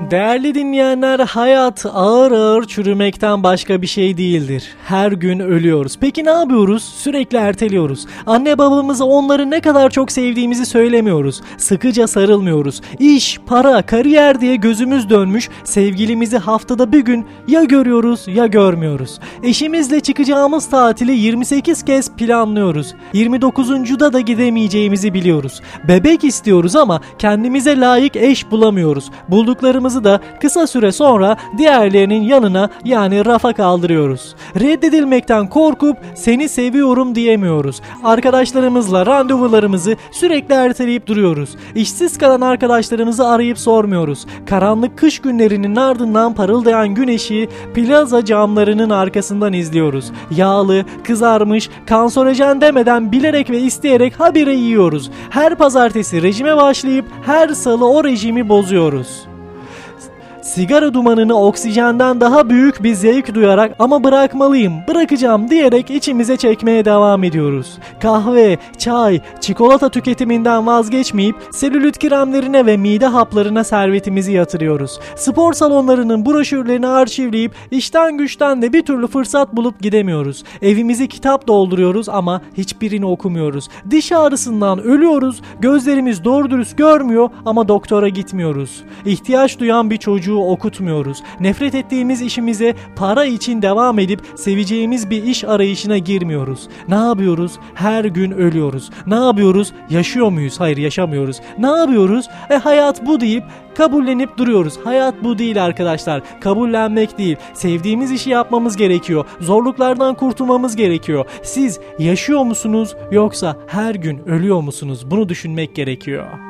Değerli dinleyenler, hayat ağır ağır çürümekten başka bir şey değildir. Her gün ölüyoruz. Peki ne yapıyoruz? Sürekli erteliyoruz. Anne babamıza onları ne kadar çok sevdiğimizi söylemiyoruz. Sıkıca sarılmıyoruz. İş, para, kariyer diye gözümüz dönmüş. Sevgilimizi haftada bir gün ya görüyoruz ya görmüyoruz. Eşimizle çıkacağımız tatili 28 kez planlıyoruz. 29'uncuda da gidemeyeceğimizi biliyoruz. Bebek istiyoruz ama kendimize layık eş bulamıyoruz. Bulduklarımızı da kısa süre sonra diğerlerinin yanına, yani rafa kaldırıyoruz. Reddedilmekten korkup seni seviyorum diyemiyoruz. Arkadaşlarımızla randevularımızı sürekli erteleyip duruyoruz. İşsiz kalan arkadaşlarımızı arayıp sormuyoruz. Karanlık kış günlerinin ardından parıldayan güneşi plaza camlarının arkasından izliyoruz. Yağlı, kızarmış, kanserojen demeden bilerek ve isteyerek habire yiyoruz. Her pazartesi rejime başlayıp her salı o rejimi bozuyoruz. Sigara dumanını oksijenden daha büyük bir zevk duyarak ama bırakmalıyım, bırakacağım diyerek içimize çekmeye devam ediyoruz. Kahve, çay, çikolata tüketiminden vazgeçmeyip selülit kremlerine ve mide haplarına servetimizi yatırıyoruz. Spor salonlarının broşürlerini arşivleyip işten güçten de bir türlü fırsat bulup gidemiyoruz. Evimizi kitap dolduruyoruz ama hiçbirini okumuyoruz. Diş ağrısından ölüyoruz, gözlerimiz doğru dürüst görmüyor ama doktora gitmiyoruz. İhtiyaç duyan bir çocuğu okutmuyoruz. Nefret ettiğimiz işimize para için devam edip seveceğimiz bir iş arayışına girmiyoruz. Ne yapıyoruz? Her gün ölüyoruz. Ne yapıyoruz? Yaşıyor muyuz? Hayır, yaşamıyoruz. Ne yapıyoruz? Hayat bu deyip kabullenip duruyoruz. Hayat bu değil arkadaşlar. Kabullenmek değil. Sevdiğimiz işi yapmamız gerekiyor. Zorluklardan kurtulmamız gerekiyor. Siz yaşıyor musunuz yoksa her gün ölüyor musunuz? Bunu düşünmek gerekiyor.